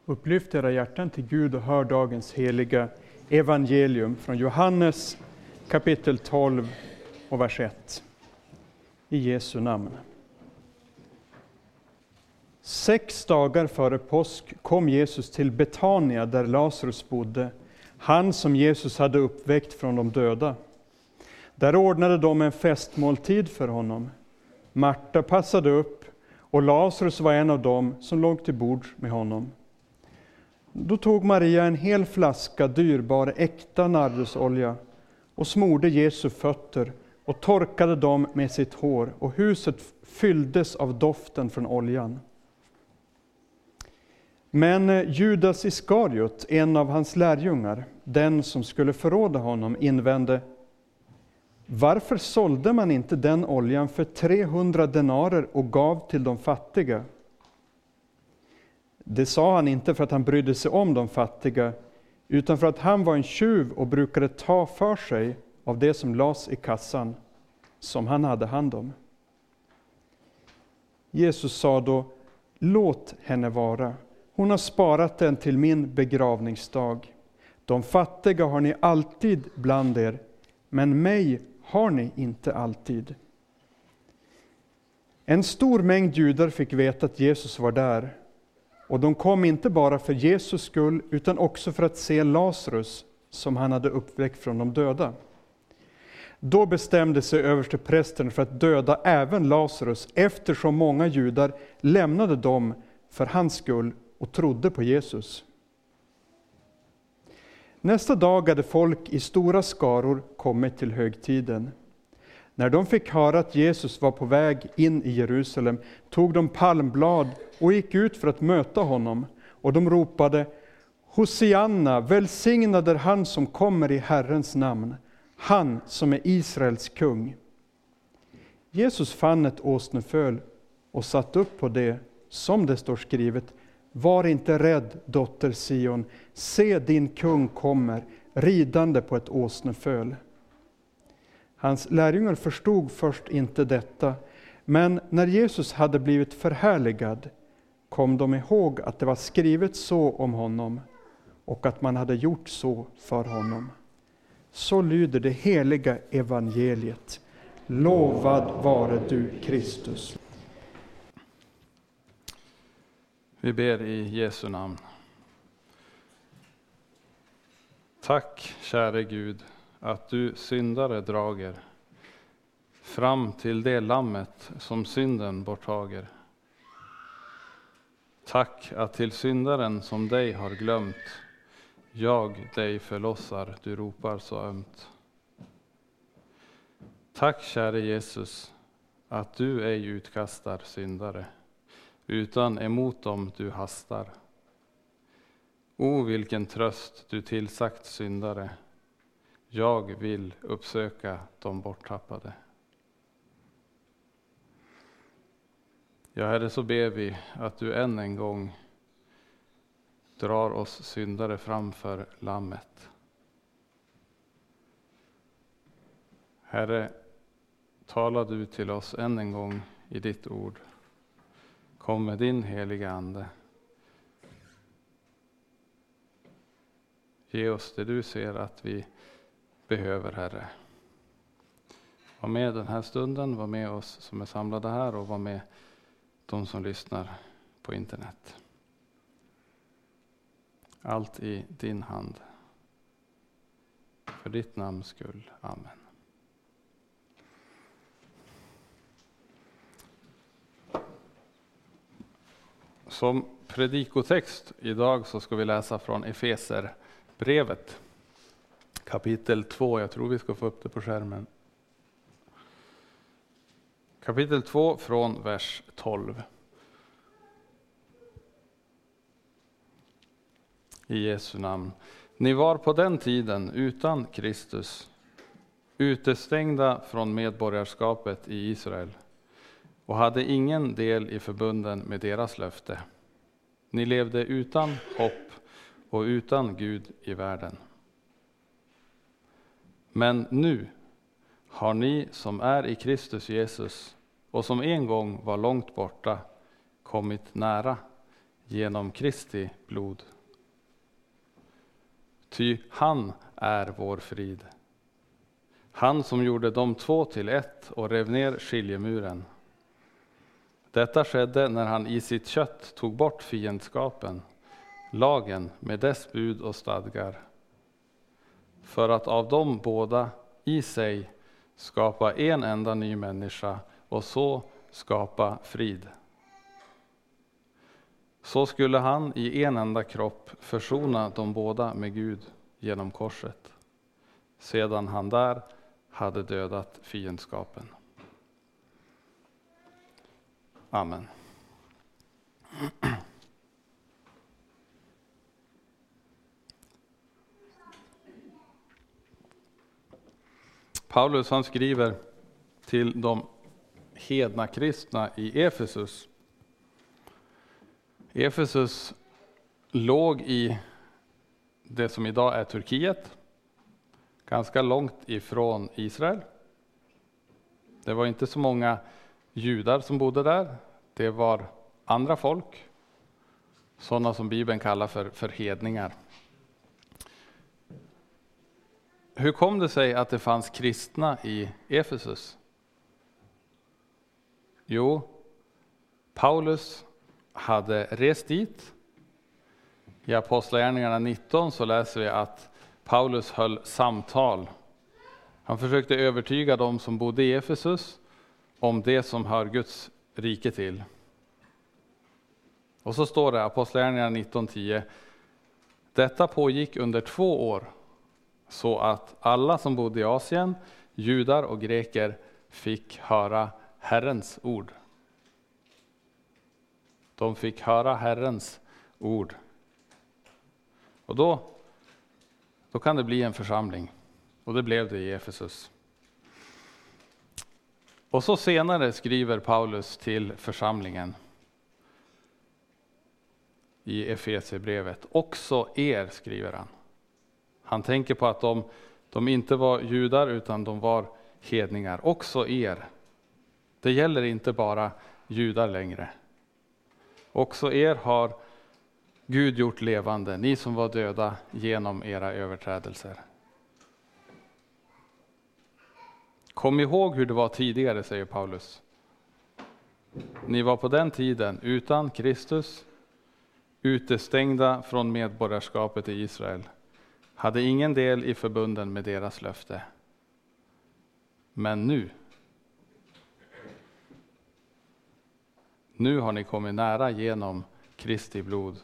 Upplyft era hjärtan till Gud och hör dagens heliga evangelium från Johannes kapitel 12 och vers 1. I Jesu namn. 6 dagar före påsk kom Jesus till Betania där Lazarus bodde, han som Jesus hade uppväckt från de döda. Där ordnade de en festmåltid för honom. Marta passade upp och Lazarus var en av dem som låg till bord med honom. Då tog Maria en hel flaska dyrbar äkta nardusolja och smorde Jesu fötter och torkade dem med sitt hår, och huset fylldes av doften från oljan. Men Judas Iskariot, en av hans lärjungar, den som skulle förråda honom, invände: varför sålde man inte den oljan för 300 denarer och gav till de fattiga? Det sa han inte för att han brydde sig om de fattiga, utan för att han var en tjuv och brukade ta för sig av det som lades i kassan, som han hade hand om. Jesus sa då: låt henne vara. Hon har sparat den till min begravningsdag. De fattiga har ni alltid bland er, men mig har ni inte alltid. En stor mängd judar fick veta att Jesus var där. Och de kom inte bara för Jesus skull, utan också för att se Lazarus, som han hade uppväckt från de döda. Då bestämde sig översteprästen för att döda även Lazarus, eftersom många judar lämnade dem för hans skull och trodde på Jesus. Nästa dag hade folk i stora skaror kommit till högtiden. När de fick höra att Jesus var på väg in i Jerusalem tog de palmblad och gick ut för att möta honom. Och de ropade: Hosianna, välsignad är han som kommer i Herrens namn, han som är Israels kung. Jesus fann ett åsneföl och satt upp på det, som det står skrivet: var inte rädd, dotter Sion, se din kung kommer, ridande på ett åsneföl. Hans lärjungar förstod först inte detta, men när Jesus hade blivit förhärligad kom de ihåg att det var skrivet så om honom och att man hade gjort så för honom. Så lyder det heliga evangeliet. Lovad vare du, Kristus. Vi ber i Jesu namn. Tack, käre Gud, att du syndare drager fram till det lammet som synden borttager. Tack att till syndaren som dig har glömt, jag dig förlossar, du ropar så ömt. Tack, käre Jesus, att du ej utkastar syndare, utan emot dem du hastar. O, vilken tröst du tillsagt syndare, jag vill uppsöka de borttappade. Ja, Herre, så ber vi att du än en gång drar oss syndare framför lammet. Herre, tala du till oss än en gång i ditt ord. Kom med din heliga ande. Ge oss det du ser att vi behöver, Herre. Var med den här stunden, var med oss som är samlade här och var med de som lyssnar på internet. Allt i din hand. För ditt namns skull. Amen. Som predikotext idag så ska vi läsa från Efeserbrevet. Kapitel 2, jag tror vi ska få upp det på skärmen. Kapitel 2 från vers 12. I Jesu namn. Ni var på den tiden utan Kristus, utestängda från medborgarskapet i Israel och hade ingen del i förbunden med deras löfte. Ni levde utan hopp och utan Gud i världen. Men nu har ni som är i Kristus Jesus och som en gång var långt borta kommit nära genom Kristi blod. Ty han är vår frid. Han som gjorde de två till ett och rev ner skiljemuren. Detta skedde när han i sitt kött tog bort fiendskapen, lagen med dess bud och stadgar. För att av dem båda i sig skapa en enda ny människa och så skapa frid. Så skulle han i en enda kropp försona de båda med Gud genom korset, sedan han där hade dödat fiendskapen. Amen. Paulus han skriver till de hedna kristna i Efesus. Efesus låg i det som idag är Turkiet, ganska långt ifrån Israel. Det var inte så många judar som bodde där. Det var andra folk, sådana som Bibeln kallar för hedningar. Hur kom det sig att det fanns kristna i Efesus? Jo, Paulus hade rest dit. I Apostlagärningarna 19 så läser vi att Paulus höll samtal. Han försökte övertyga dem som bodde i Efesus om det som hör Guds rike till. Och så står det, Apostlagärningarna 19:10. Detta pågick under 2 år, så att alla som bodde i Asien, judar och greker, fick höra Herrens ord. De fick höra Herrens ord. Och då kan det bli en församling. Och det blev det i Efesus. Och så senare skriver Paulus till församlingen i Efesierbrevet. Också er, skriver han. Han tänker på att de inte var judar utan de var hedningar. Också er. Det gäller inte bara judar längre. Också er har Gud gjort levande, ni som var döda genom era överträdelser. Kom ihåg hur det var tidigare, säger Paulus. Ni var på den tiden utan Kristus, utestängda från medborgarskapet i Israel, hade ingen del i förbunden med deras löfte. Men nu har ni kommit nära genom Kristi blod.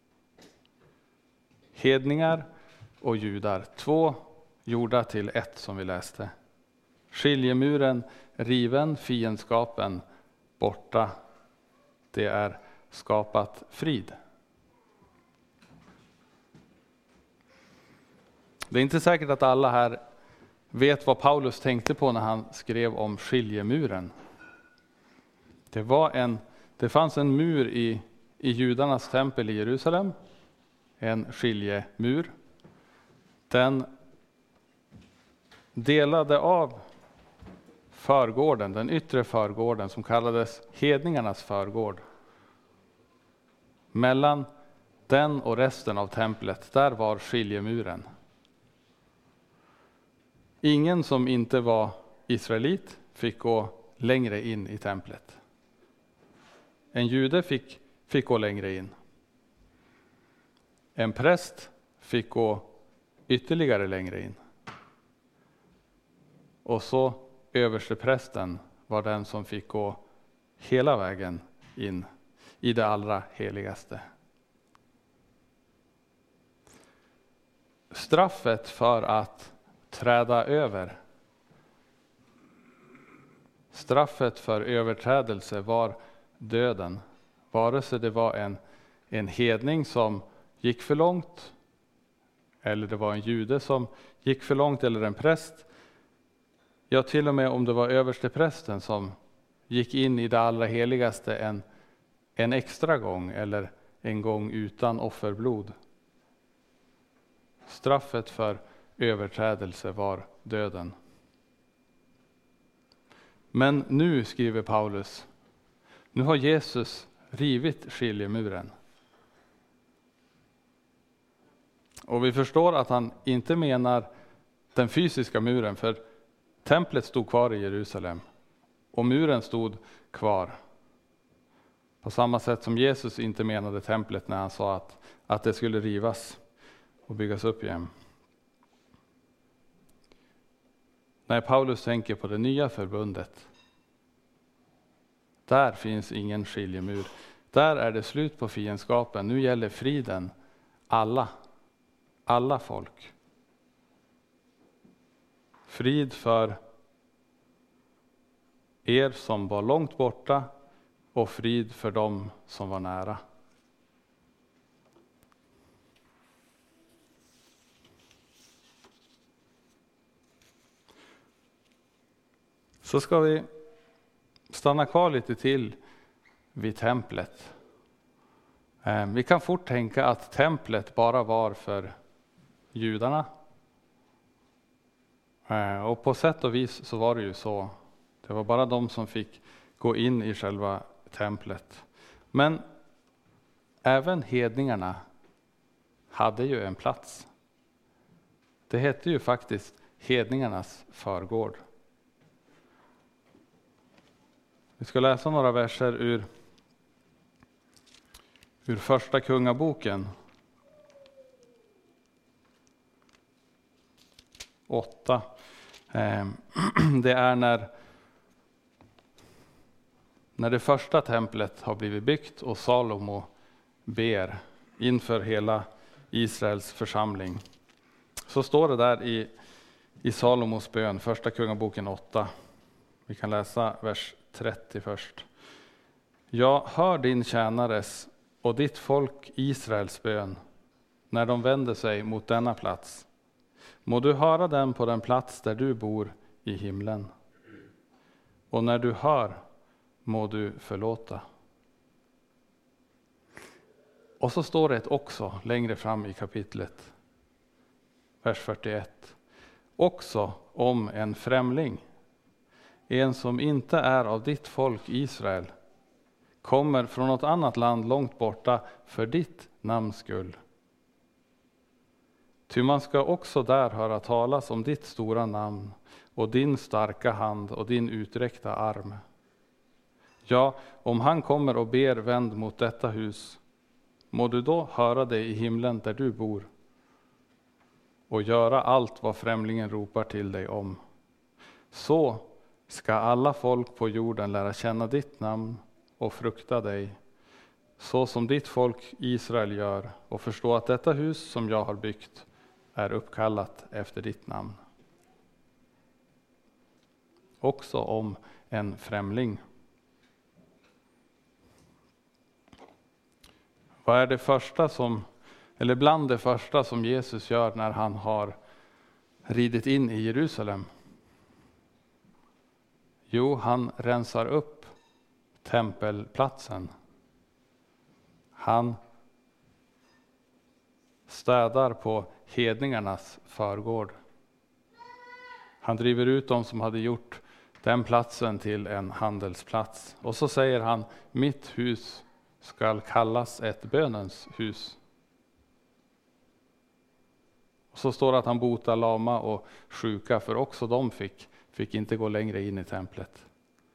Hedningar och judar, 2 gjorda till ett, som vi läste. Skiljemuren riven, fiendskapen borta. Det är skapat frid. Det är inte säkert att alla här vet vad Paulus tänkte på när han skrev om skiljemuren. Det fanns en mur i judarnas tempel i Jerusalem, en skiljemur. Den delade av förgården, den yttre förgården som kallades hedningarnas förgård. Mellan den och resten av templet, där var skiljemuren. Ingen som inte var israelit fick gå längre in i templet. En jude fick gå längre in. En präst fick gå ytterligare längre in. Och så översteprästen var den som fick gå hela vägen in i det allra heligaste. Straffet för att träda över, straffet för överträdelse var döden. Vare sig det var en hedning som gick för långt, eller det var en jude som gick för långt, eller en präst. Ja, till och med om det var översteprästen som gick in i det allra heligaste en extra gång, eller en gång utan offerblod. Straffet för överträdelse var döden. Men nu, skriver Paulus, nu har Jesus rivit skiljemuren. Och vi förstår att han inte menar den fysiska muren, för templet stod kvar i Jerusalem och muren stod kvar. På samma sätt som Jesus inte menade templet när han sa att det skulle rivas och byggas upp igen. När Paulus tänker på det nya förbundet, där finns ingen skiljemur. Där är det slut på fiendskapen. Nu gäller friden alla folk. Frid för er som var långt borta och frid för dem som var nära. Så ska vi stanna kvar lite till vid templet. Vi kan fort tänka att templet bara var för judarna. Och på sätt och vis så var det ju så. Det var bara de som fick gå in i själva templet. Men även hedningarna hade ju en plats. Det hette ju faktiskt hedningarnas förgård. Vi ska läsa några verser ur första kungaboken 8. Det är när det första templet har blivit byggt och Salomo ber inför hela Israels församling. Så står det där i Salomos bön, första kungaboken 8. Vi kan läsa vers 30 först. Jag hör din tjänares och ditt folk Israels bön när de vänder sig mot denna plats. Må du höra den på den plats där du bor i himlen. Och när du hör, må du förlåta. Och så står det också längre fram i kapitlet, vers 41. Också om en främling, en som inte är av ditt folk Israel, kommer från något annat land långt borta för ditt namns skull. Ty man ska också där höra talas om ditt stora namn och din starka hand och din uträckta arm. Ja, om han kommer och ber vänd mot detta hus, må du då höra det i himlen där du bor och göra allt vad främlingen ropar till dig om. Så ska alla folk på jorden lära känna ditt namn och frukta dig, så som ditt folk Israel gör, och förstå att detta hus som jag har byggt är uppkallat efter ditt namn. Också om en främling. Vad är det första bland det första som Jesus gör när han har ridit in i Jerusalem? Jo, han rensar upp tempelplatsen. Han städar på hedningarnas förgård. Han driver ut dem som hade gjort den platsen till en handelsplats. Och så säger han, mitt hus ska kallas ett bönens hus. Och så står det att han botar lama och sjuka, för också de fick inte gå längre in i templet.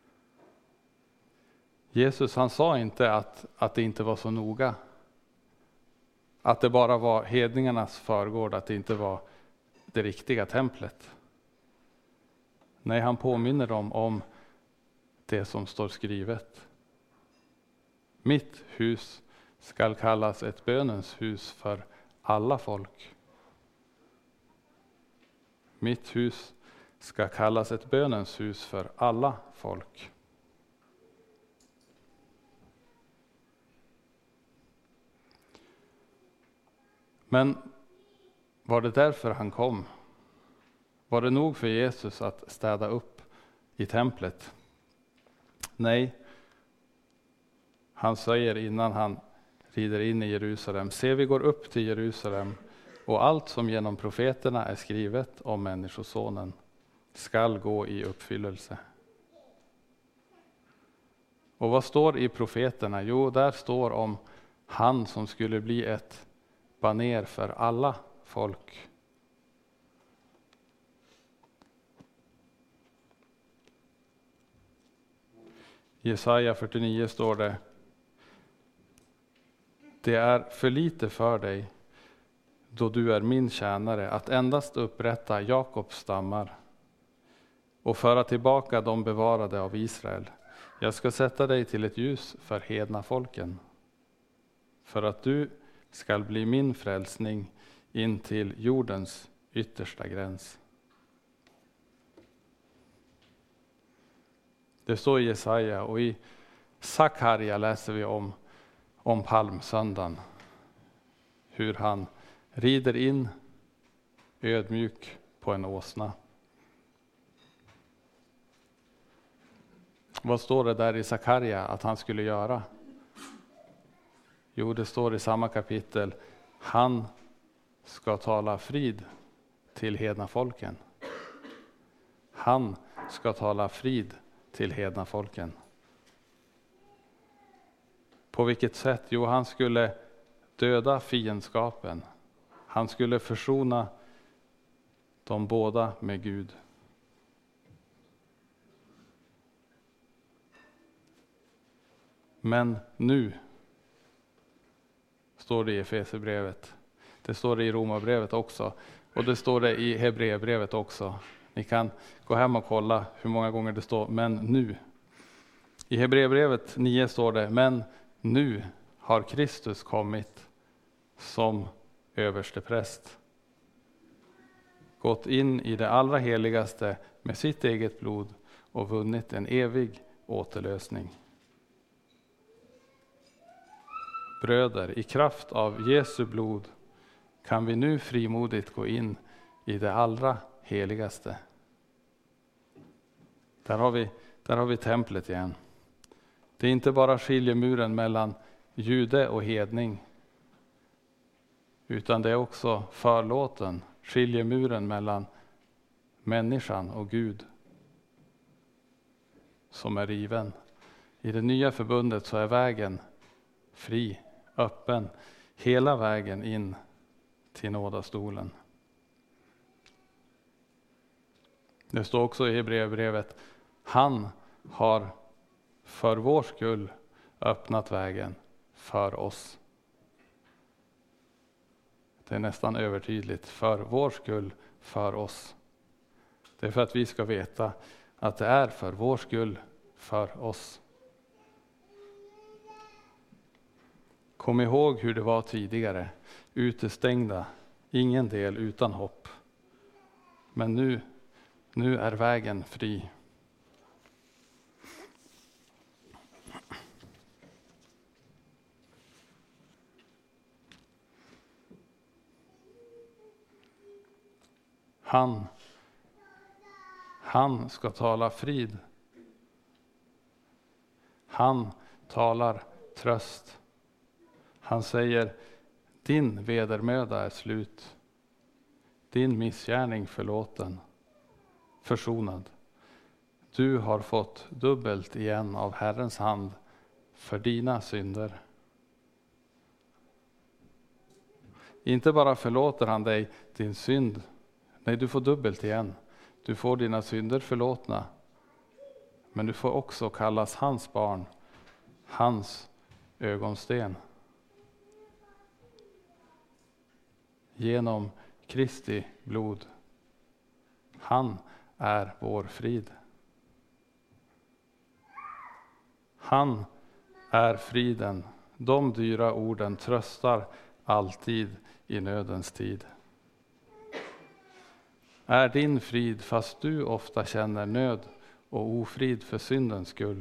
Jesus, han sa inte att det inte var så noga. Att det bara var hedningarnas förgård, att det inte var det riktiga templet. Nej, han påminner dem om det som står skrivet. Mitt hus skall kallas ett bönens hus för alla folk. Mitt hus ska kallas ett bönens hus för alla folk. Men var det därför han kom? Var det nog för Jesus att städa upp i templet? Nej. Han säger innan han rider in i Jerusalem, se, vi går upp till Jerusalem, och allt som genom profeterna är skrivet om människosonen skall gå i uppfyllelse. Och vad står i profeterna? Jo, där står om han som skulle bli ett baner för alla folk. I Jesaja 49 står det: det är för lite för dig, då du är min tjänare, att endast upprätta Jakobs stammar och föra tillbaka de bevarade av Israel. Jag ska sätta dig till ett ljus för hedna folken, för att du skall bli min frälsning in till jordens yttersta gräns. Det står i Jesaja, och i Sakarja läser vi om palmsöndagen. Hur han rider in ödmjuk på en åsna. Vad står det där i Sakarja att han skulle göra? Jo, det står i samma kapitel: han ska tala frid till hedna folken. Han ska tala frid till hedna folken. På vilket sätt? Jo, han skulle döda fiendskapen. Han skulle försona de båda med Gud. Men nu, står det i Efesierbrevet. Det står det i Romarbrevet också. Och det står det i Hebreerbrevet också. Ni kan gå hem och kolla hur många gånger det står men nu. I Hebreerbrevet 9 står det: men nu har Kristus kommit som överstepräst, gått in i det allra heligaste med sitt eget blod och vunnit en evig återlösning. Bröder, i kraft av Jesu blod kan vi nu frimodigt gå in i det allra heligaste. Där har vi templet igen. Det är inte bara skiljemuren mellan jude och hedning, utan det är också förlåten, skiljemuren mellan människan och Gud som är riven. I det nya förbundet så är vägen fri, öppen, hela vägen in till nådastolen. Det står också i Hebreerbrevet: han har för vår skull öppnat vägen för oss. Det är nästan övertydligt. För vår skull, för oss. Det är för att vi ska veta att det är för vår skull, för oss. Kom ihåg hur det var tidigare. Utestängda, ingen del utan hopp. Men nu är vägen fri. Han ska tala frid. Han talar tröst. Han säger: din vedermöda är slut. Din missgärning förlåten, försonad. Du har fått dubbelt igen av Herrens hand för dina synder. Inte bara förlåter han dig din synd. Nej, du får dubbelt igen. Du får dina synder förlåtna. Men du får också kallas hans barn, hans ögonsten. Genom Kristi blod. Han är vår frid. Han är friden. De dyra orden tröstar alltid i nödens tid. Är din frid fast du ofta känner nöd och ofrid för syndens skull?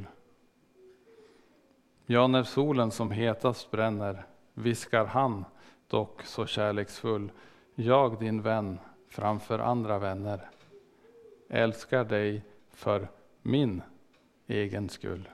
Ja, när solen som hetast bränner viskar han dock så kärleksfull: jag din vän framför andra vänner, älskar dig för min egen skull.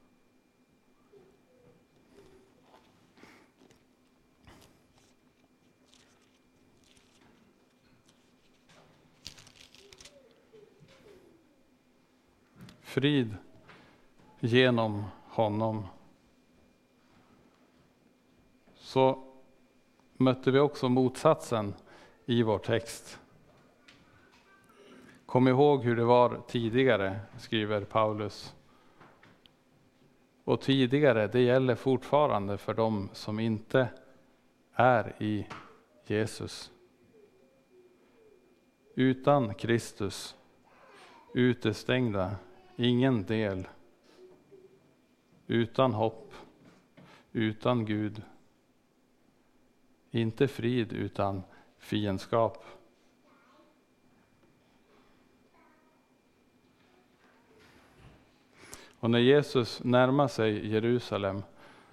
Frid genom honom. Så mötte vi också motsatsen i vår text. Kom ihåg hur det var tidigare, skriver Paulus. Och tidigare, det gäller fortfarande för dem som inte är i Jesus. Utan Kristus, utestängda, ingen del. Utan hopp, utan Gud. Inte frid utan fiendskap. Och när Jesus närmar sig Jerusalem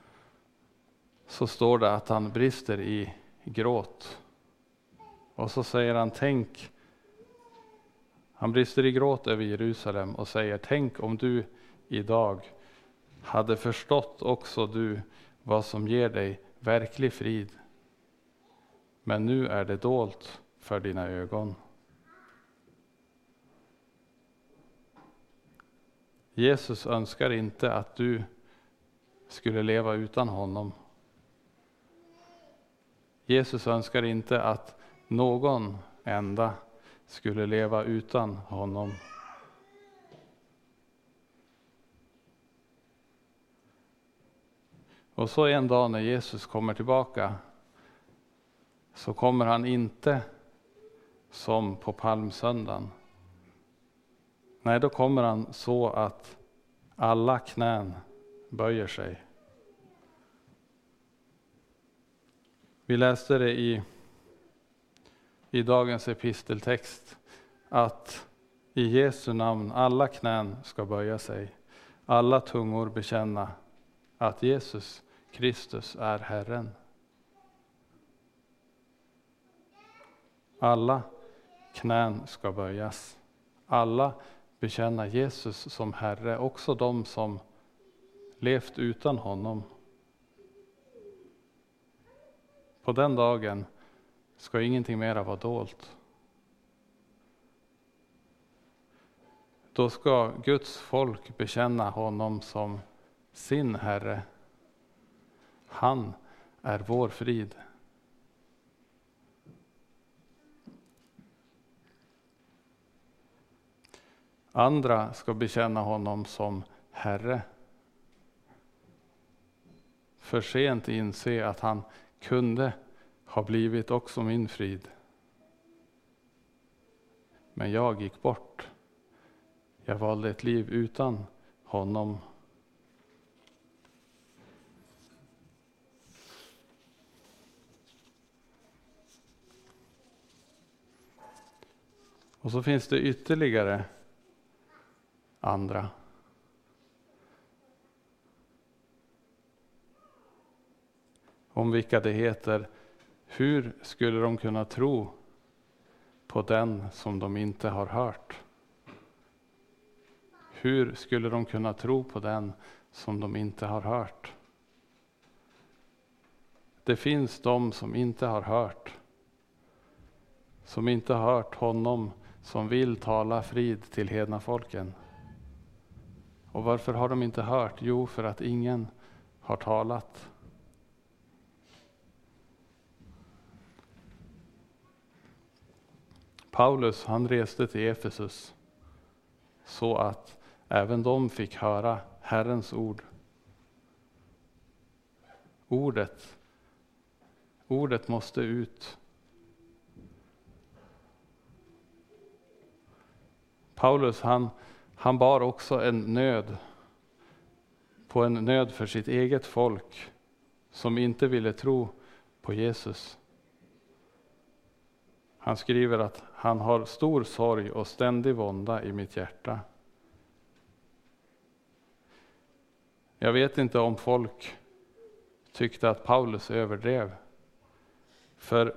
så står det att han brister i gråt. Och så säger han, han brister i gråt över Jerusalem och säger, tänk om du idag hade förstått också du vad som ger dig verklig frid. Men nu är det dolt för dina ögon. Jesus önskar inte att du skulle leva utan honom. Jesus önskar inte att någon enda skulle leva utan honom. Och så en dag när Jesus kommer tillbaka så kommer han inte som på palmsöndagen. Nej, då kommer han så att alla knän böjer sig. Vi läste det i dagens episteltext att i Jesu namn alla knän ska böja sig. Alla tungor bekänna att Jesus Kristus är Herren. Alla knän ska böjas. Alla bekänna Jesus som Herre, också de som levt utan honom. På den dagen ska ingenting mera vara dolt. Då ska Guds folk bekänna honom som sin Herre. Han är vår frid. Andra ska bekänna honom som Herre. För sent inse att han kunde ha blivit också min frid. Men jag gick bort. Jag valde ett liv utan honom. Och så finns det ytterligare andra. Om vilka det heter, hur skulle de kunna tro på den som de inte har hört? Hur skulle de kunna tro på den som de inte har hört? Det finns de som inte har hört. Som inte har hört honom som vill tala frid till hedna folken. Och varför har de inte hört? Jo, för att ingen har talat. Paulus, han reste till Efesus så att även de fick höra Herrens ord. Ordet måste ut. Paulus, han bar också en nöd för sitt eget folk som inte ville tro på Jesus. Han skriver att han har stor sorg och ständig vånda i mitt hjärta. Jag vet inte om folk tyckte att Paulus överdrev. För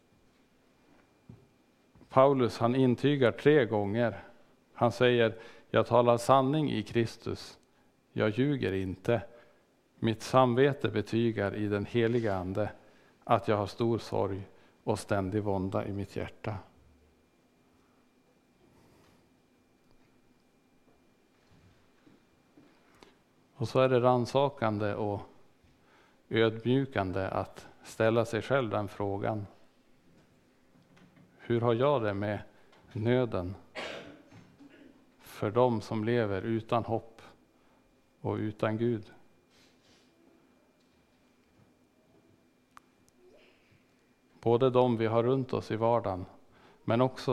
Paulus, han intygar 3 gånger. Han säger, jag talar sanning i Kristus. Jag ljuger inte. Mitt samvete betygar i den heliga ande att jag har stor sorg och ständig vånda i mitt hjärta. Och så är det rannsakande och ödmjukande att ställa sig själv den frågan. Hur har jag det med nöden för dem som lever utan hopp och utan Gud? Både de vi har runt oss i vardagen, men också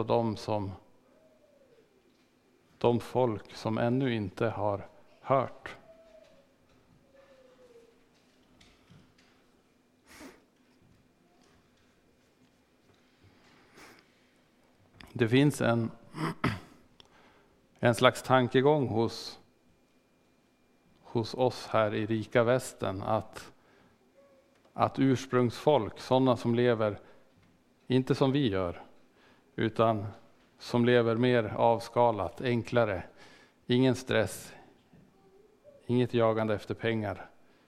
de folk som ännu inte har hört. Det finns en slags tankegång hos oss här i rika västern att ursprungsfolk, sådana som lever inte som vi gör, utan som lever mer avskalat, enklare, ingen stress, inget jagande efter pengar.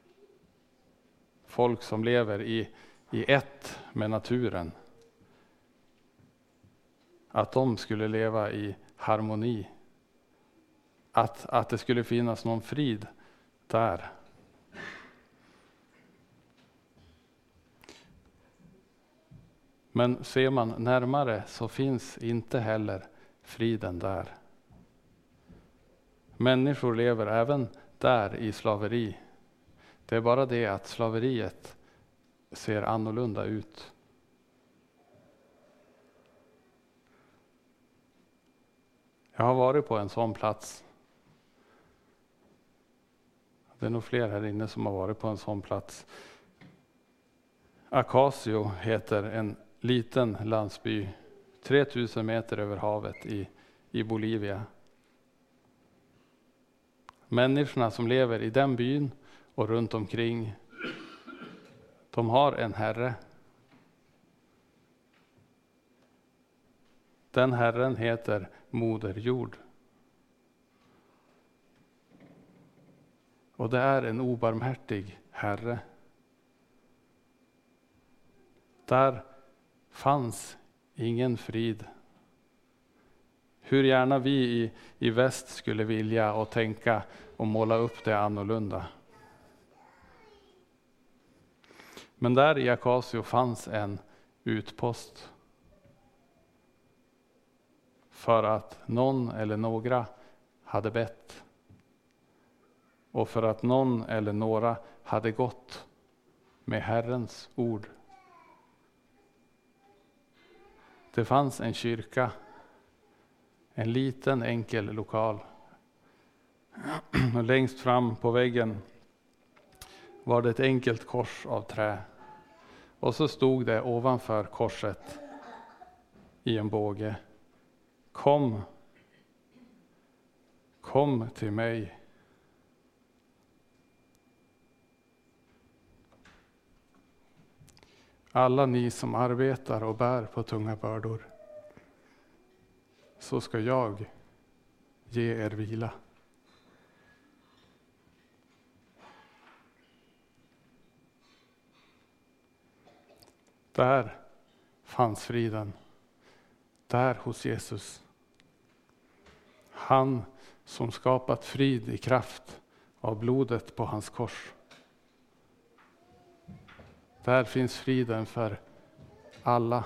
Folk som lever i ett med naturen. Att de skulle leva i harmoni. Att det skulle finnas någon frid där. Men ser man närmare så finns inte heller friden där. Människor lever även där i slaveri. Det är bara det att slaveriet ser annorlunda ut. Jag har varit på en sån plats. Det är nog fler här inne som har varit på en sån plats. Acasio heter en liten landsby 3000 meter över havet i Bolivia. Människorna som lever i den byn och runt omkring, de har en herre. Den herren heter Moder Jord. Och det är en obarmhärtig herre. Där fanns ingen frid. Hur gärna vi i väst skulle vilja och tänka och måla upp det annorlunda. Men där i Acasio fanns en utpost. För att någon eller några hade bett. Och för att någon eller några hade gått med Herrens ord. Det fanns en kyrka. En liten enkel lokal. Och längst fram på väggen var det ett enkelt kors av trä. Och så stod det ovanför korset i en båge. Kom till mig. Alla ni som arbetar och bär på tunga bördor, så ska jag ge er vila. Där fanns friden. Där hos Jesus. Han som skapat frid i kraft av blodet på hans kors. Där finns friden för alla.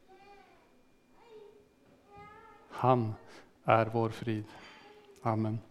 Han är vår frid. Amen.